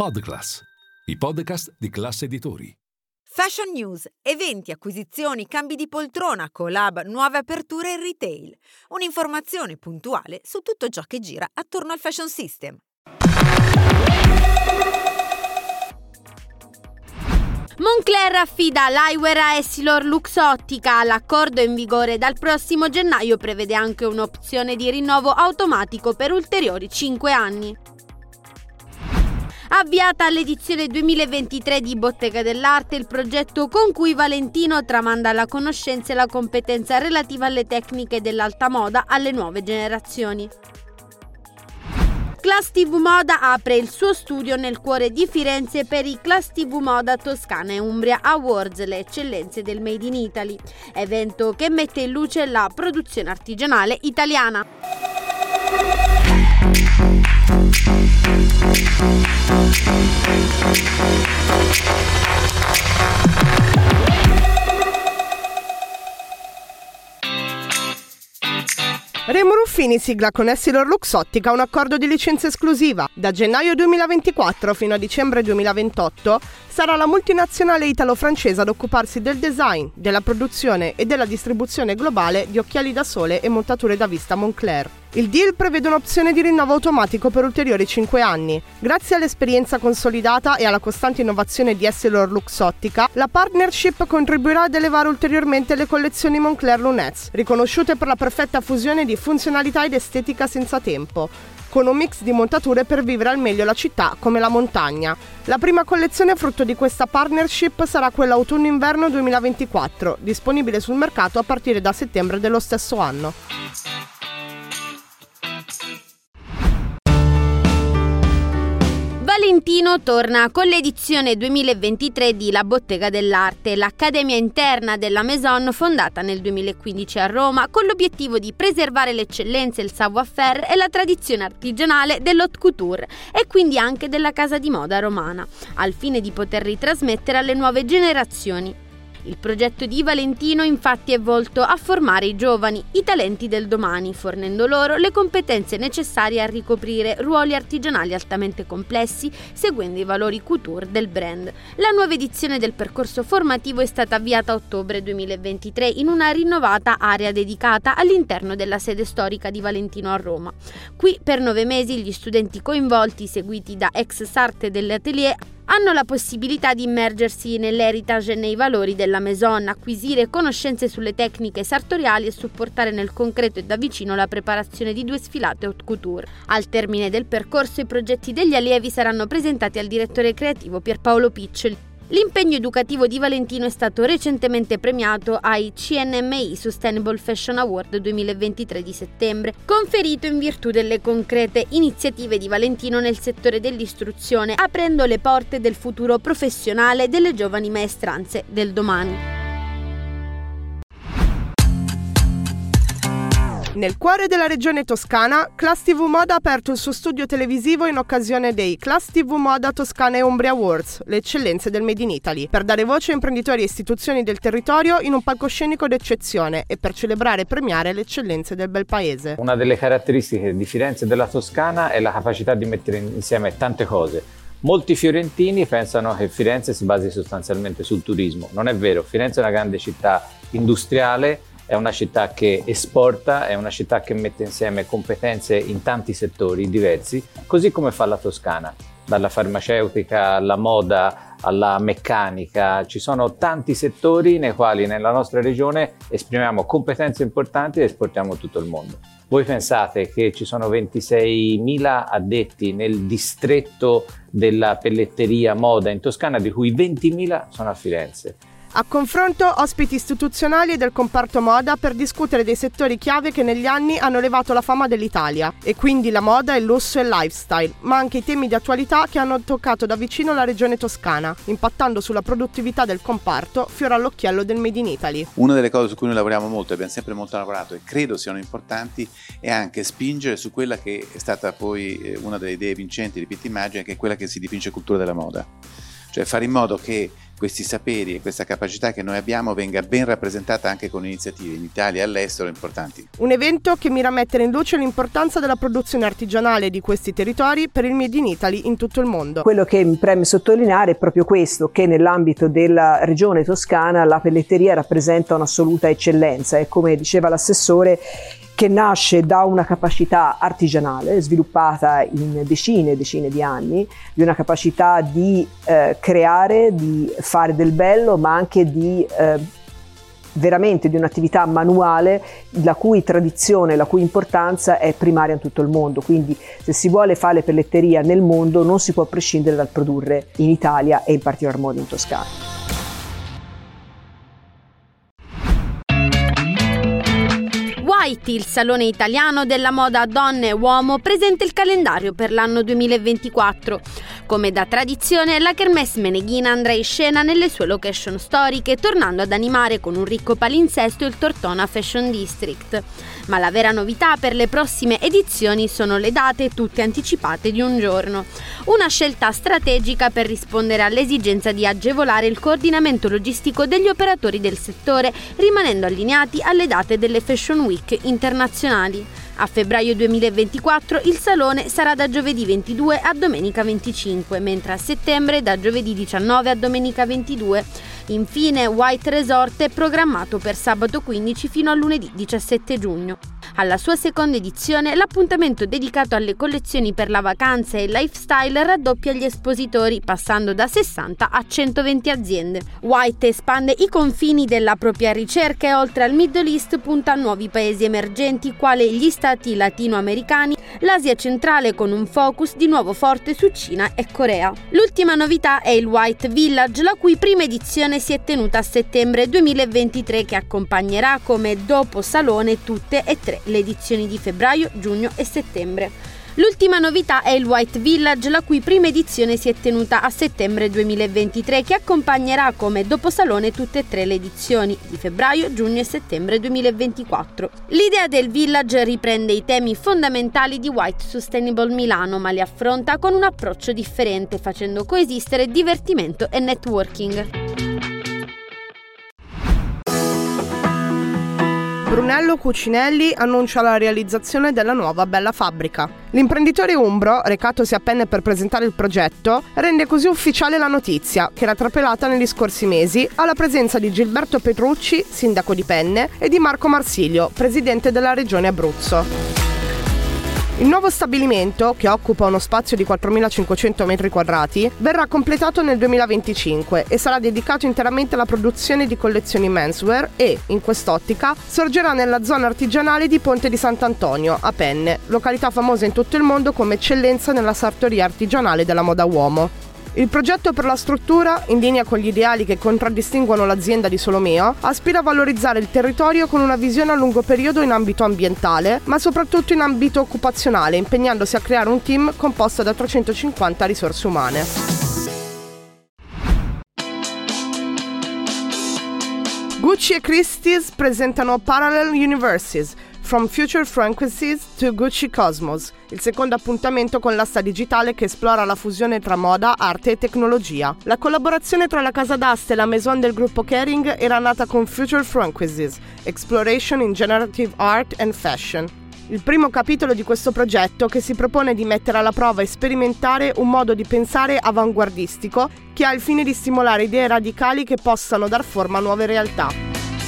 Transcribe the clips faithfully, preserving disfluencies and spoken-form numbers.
Podclass, i podcast di Class Editori. Fashion News, eventi, acquisizioni, cambi di poltrona, collab, nuove aperture in retail. Un'informazione puntuale su tutto ciò che gira attorno al fashion system. Moncler affida l'eyewear a EssilorLuxottica. L'accordo in vigore dal prossimo gennaio prevede anche un'opzione di rinnovo automatico per ulteriori cinque anni. Avviata l'edizione duemilaventitré di Bottega dell'Arte, il progetto con cui Valentino tramanda la conoscenza e la competenza relativa alle tecniche dell'alta moda alle nuove generazioni. Class ti vu Moda apre il suo studio nel cuore di Firenze per i Class ti vu Moda Toscana e Umbria Awards, le eccellenze del Made in Italy, evento che mette in luce la produzione artigianale italiana. Remo Ruffini sigla con EssilorLuxottica un accordo di licenza esclusiva. Da gennaio duemilaventiquattro fino a dicembre duemilaventotto sarà la multinazionale italo-francese ad occuparsi del design, della produzione e della distribuzione globale di occhiali da sole e montature da vista Moncler. Il deal prevede un'opzione di rinnovo automatico per ulteriori cinque anni. Grazie all'esperienza consolidata e alla costante innovazione di EssilorLuxottica, la partnership contribuirà ad elevare ulteriormente le collezioni Moncler Lunettes, riconosciute per la perfetta fusione di funzionalità ed estetica senza tempo, con un mix di montature per vivere al meglio la città come la montagna. La prima collezione frutto di questa partnership sarà quella autunno-inverno duemilaventiquattro, disponibile sul mercato a partire da settembre dello stesso anno. Valentino torna con l'edizione duemilaventitré di La Bottega dell'Arte, l'accademia interna della Maison fondata nel duemilaquindici a Roma con l'obiettivo di preservare l'eccellenza, il savoir-faire e la tradizione artigianale dell'haute couture e quindi anche della casa di moda romana, al fine di poter ritrasmettere alle nuove generazioni. Il progetto di Valentino infatti è volto a formare i giovani, i talenti del domani, fornendo loro le competenze necessarie a ricoprire ruoli artigianali altamente complessi, seguendo i valori couture del brand. La nuova edizione del percorso formativo è stata avviata a ottobre duemilaventitré in una rinnovata area dedicata all'interno della sede storica di Valentino a Roma. Qui per nove mesi gli studenti coinvolti, seguiti da ex sarte dell'atelier, hanno la possibilità di immergersi nell'heritage e nei valori della Maison, acquisire conoscenze sulle tecniche sartoriali e supportare nel concreto e da vicino la preparazione di due sfilate haute couture. Al termine del percorso i progetti degli allievi saranno presentati al direttore creativo Pierpaolo Piccioli. L'impegno educativo di Valentino è stato recentemente premiato ai C N M I Sustainable Fashion Award duemilaventitré di settembre, conferito in virtù delle concrete iniziative di Valentino nel settore dell'istruzione, aprendo le porte del futuro professionale delle giovani maestranze del domani. Nel cuore della regione toscana, Class ti vu Moda ha aperto il suo studio televisivo in occasione dei Class ti vu Moda Toscana e Umbria Awards, le eccellenze del Made in Italy, per dare voce a imprenditori e istituzioni del territorio in un palcoscenico d'eccezione e per celebrare e premiare le eccellenze del bel paese. Una delle caratteristiche di Firenze e della Toscana è la capacità di mettere insieme tante cose. Molti fiorentini pensano che Firenze si basi sostanzialmente sul turismo. Non è vero, Firenze è una grande città industriale, è una città che esporta, è una città che mette insieme competenze in tanti settori diversi, così come fa la Toscana. Dalla farmaceutica alla moda, alla meccanica, ci sono tanti settori nei quali nella nostra regione esprimiamo competenze importanti e esportiamo a tutto il mondo. Voi pensate che ci sono ventiseimila addetti nel distretto della pelletteria moda in Toscana, di cui ventimila sono a Firenze. A confronto ospiti istituzionali e del comparto moda per discutere dei settori chiave che negli anni hanno elevato la fama dell'Italia, e quindi la moda, il lusso e il lifestyle, ma anche i temi di attualità che hanno toccato da vicino la regione toscana, impattando sulla produttività del comparto, fiore all'occhiello del Made in Italy. Una delle cose su cui noi lavoriamo molto, abbiamo sempre molto lavorato e credo siano importanti, è anche spingere su quella che è stata poi una delle idee vincenti di Pitti Immagine, che è quella che si definisce cultura della moda. Cioè fare in modo che questi saperi e questa capacità che noi abbiamo venga ben rappresentata anche con iniziative in Italia e all'estero importanti. Un evento che mira a mettere in luce l'importanza della produzione artigianale di questi territori per il Made in Italy in tutto il mondo. Quello che mi preme sottolineare è proprio questo, che nell'ambito della regione toscana la pelletteria rappresenta un'assoluta eccellenza e, come diceva l'assessore, che nasce da una capacità artigianale sviluppata in decine e decine di anni, di una capacità di eh, creare, di fare del bello, ma anche di eh, veramente di un'attività manuale la cui tradizione, la cui importanza è primaria in tutto il mondo. Quindi se si vuole fare pelletteria nel mondo non si può prescindere dal produrre in Italia e in particolar modo in Toscana. White, il salone italiano della moda donna e uomo, presenta il calendario per l'anno duemilaventiquattro. Come da tradizione, la Kermesse Meneghina andrà in scena nelle sue location storiche, tornando ad animare con un ricco palinsesto il Tortona Fashion District. Ma la vera novità per le prossime edizioni sono le date, tutte anticipate di un giorno. Una scelta strategica per rispondere all'esigenza di agevolare il coordinamento logistico degli operatori del settore, rimanendo allineati alle date delle Fashion Week internazionali. A febbraio duemilaventiquattro il salone sarà da giovedì ventidue a domenica venticinque, mentre a settembre da giovedì diciannove a domenica ventidue. Infine, White Resort è programmato per sabato quindici fino a lunedì diciassette giugno. Alla sua seconda edizione, l'appuntamento dedicato alle collezioni per la vacanza e il lifestyle raddoppia gli espositori, passando da sessanta a centoventi aziende. White espande i confini della propria ricerca e oltre al Middle East punta a nuovi paesi emergenti quali gli stati latinoamericani, l'Asia centrale con un focus di nuovo forte su Cina e Corea. L'ultima novità è il White Village, la cui prima edizione si è tenuta a settembre duemilaventitré, che accompagnerà come dopo salone tutte e tre le edizioni di febbraio, giugno e settembre. L'ultima novità è il White Village, la cui prima edizione si è tenuta a settembre duemilaventitré, che accompagnerà come doposalone tutte e tre le edizioni di febbraio, giugno e settembre duemilaventiquattro. L'idea del Village riprende i temi fondamentali di White Sustainable Milano, ma li affronta con un approccio differente, facendo coesistere divertimento e networking. Brunello Cucinelli annuncia la realizzazione della nuova bella fabbrica. L'imprenditore umbro, recatosi a Penne per presentare il progetto, rende così ufficiale la notizia, che era trapelata negli scorsi mesi, alla presenza di Gilberto Petrucci, sindaco di Penne, e di Marco Marsilio, presidente della regione Abruzzo. Il nuovo stabilimento, che occupa uno spazio di quattromilacinquecento metri quadrati, verrà completato nel duemilaventicinque e sarà dedicato interamente alla produzione di collezioni menswear e, in quest'ottica, sorgerà nella zona artigianale di Ponte di Sant'Antonio, a Penne, località famosa in tutto il mondo come eccellenza nella sartoria artigianale della moda uomo. Il progetto per la struttura, in linea con gli ideali che contraddistinguono l'azienda di Solomeo, aspira a valorizzare il territorio con una visione a lungo periodo in ambito ambientale, ma soprattutto in ambito occupazionale, impegnandosi a creare un team composto da trecentocinquanta risorse umane. Gucci e Christie's presentano Parallel Universes, From Future Franchises to Gucci Cosmos, il secondo appuntamento con l'asta digitale che esplora la fusione tra moda, arte e tecnologia. La collaborazione tra la casa d'aste e la maison del gruppo Kering era nata con Future Franchises, Exploration in Generative Art and Fashion. Il primo capitolo di questo progetto, che si propone di mettere alla prova e sperimentare un modo di pensare avanguardistico che ha il fine di stimolare idee radicali che possano dar forma a nuove realtà.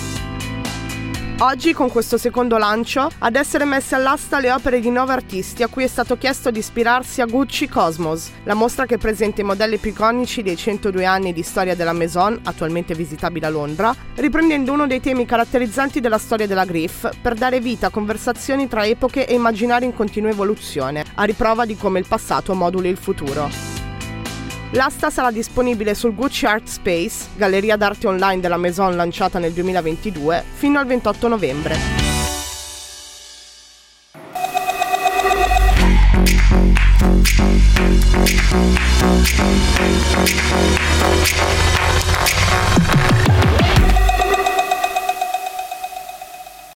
Oggi, con questo secondo lancio, ad essere messe all'asta le opere di nove artisti a cui è stato chiesto di ispirarsi a Gucci Cosmos, la mostra che presenta i modelli più iconici dei centodue anni di storia della Maison, attualmente visitabile a Londra, riprendendo uno dei temi caratterizzanti della storia della Griff per dare vita a conversazioni tra epoche e immaginari in continua evoluzione, a riprova di come il passato moduli il futuro. L'asta sarà disponibile sul Gucci Art Space, galleria d'arte online della Maison lanciata nel duemilaventidue, fino al ventotto novembre.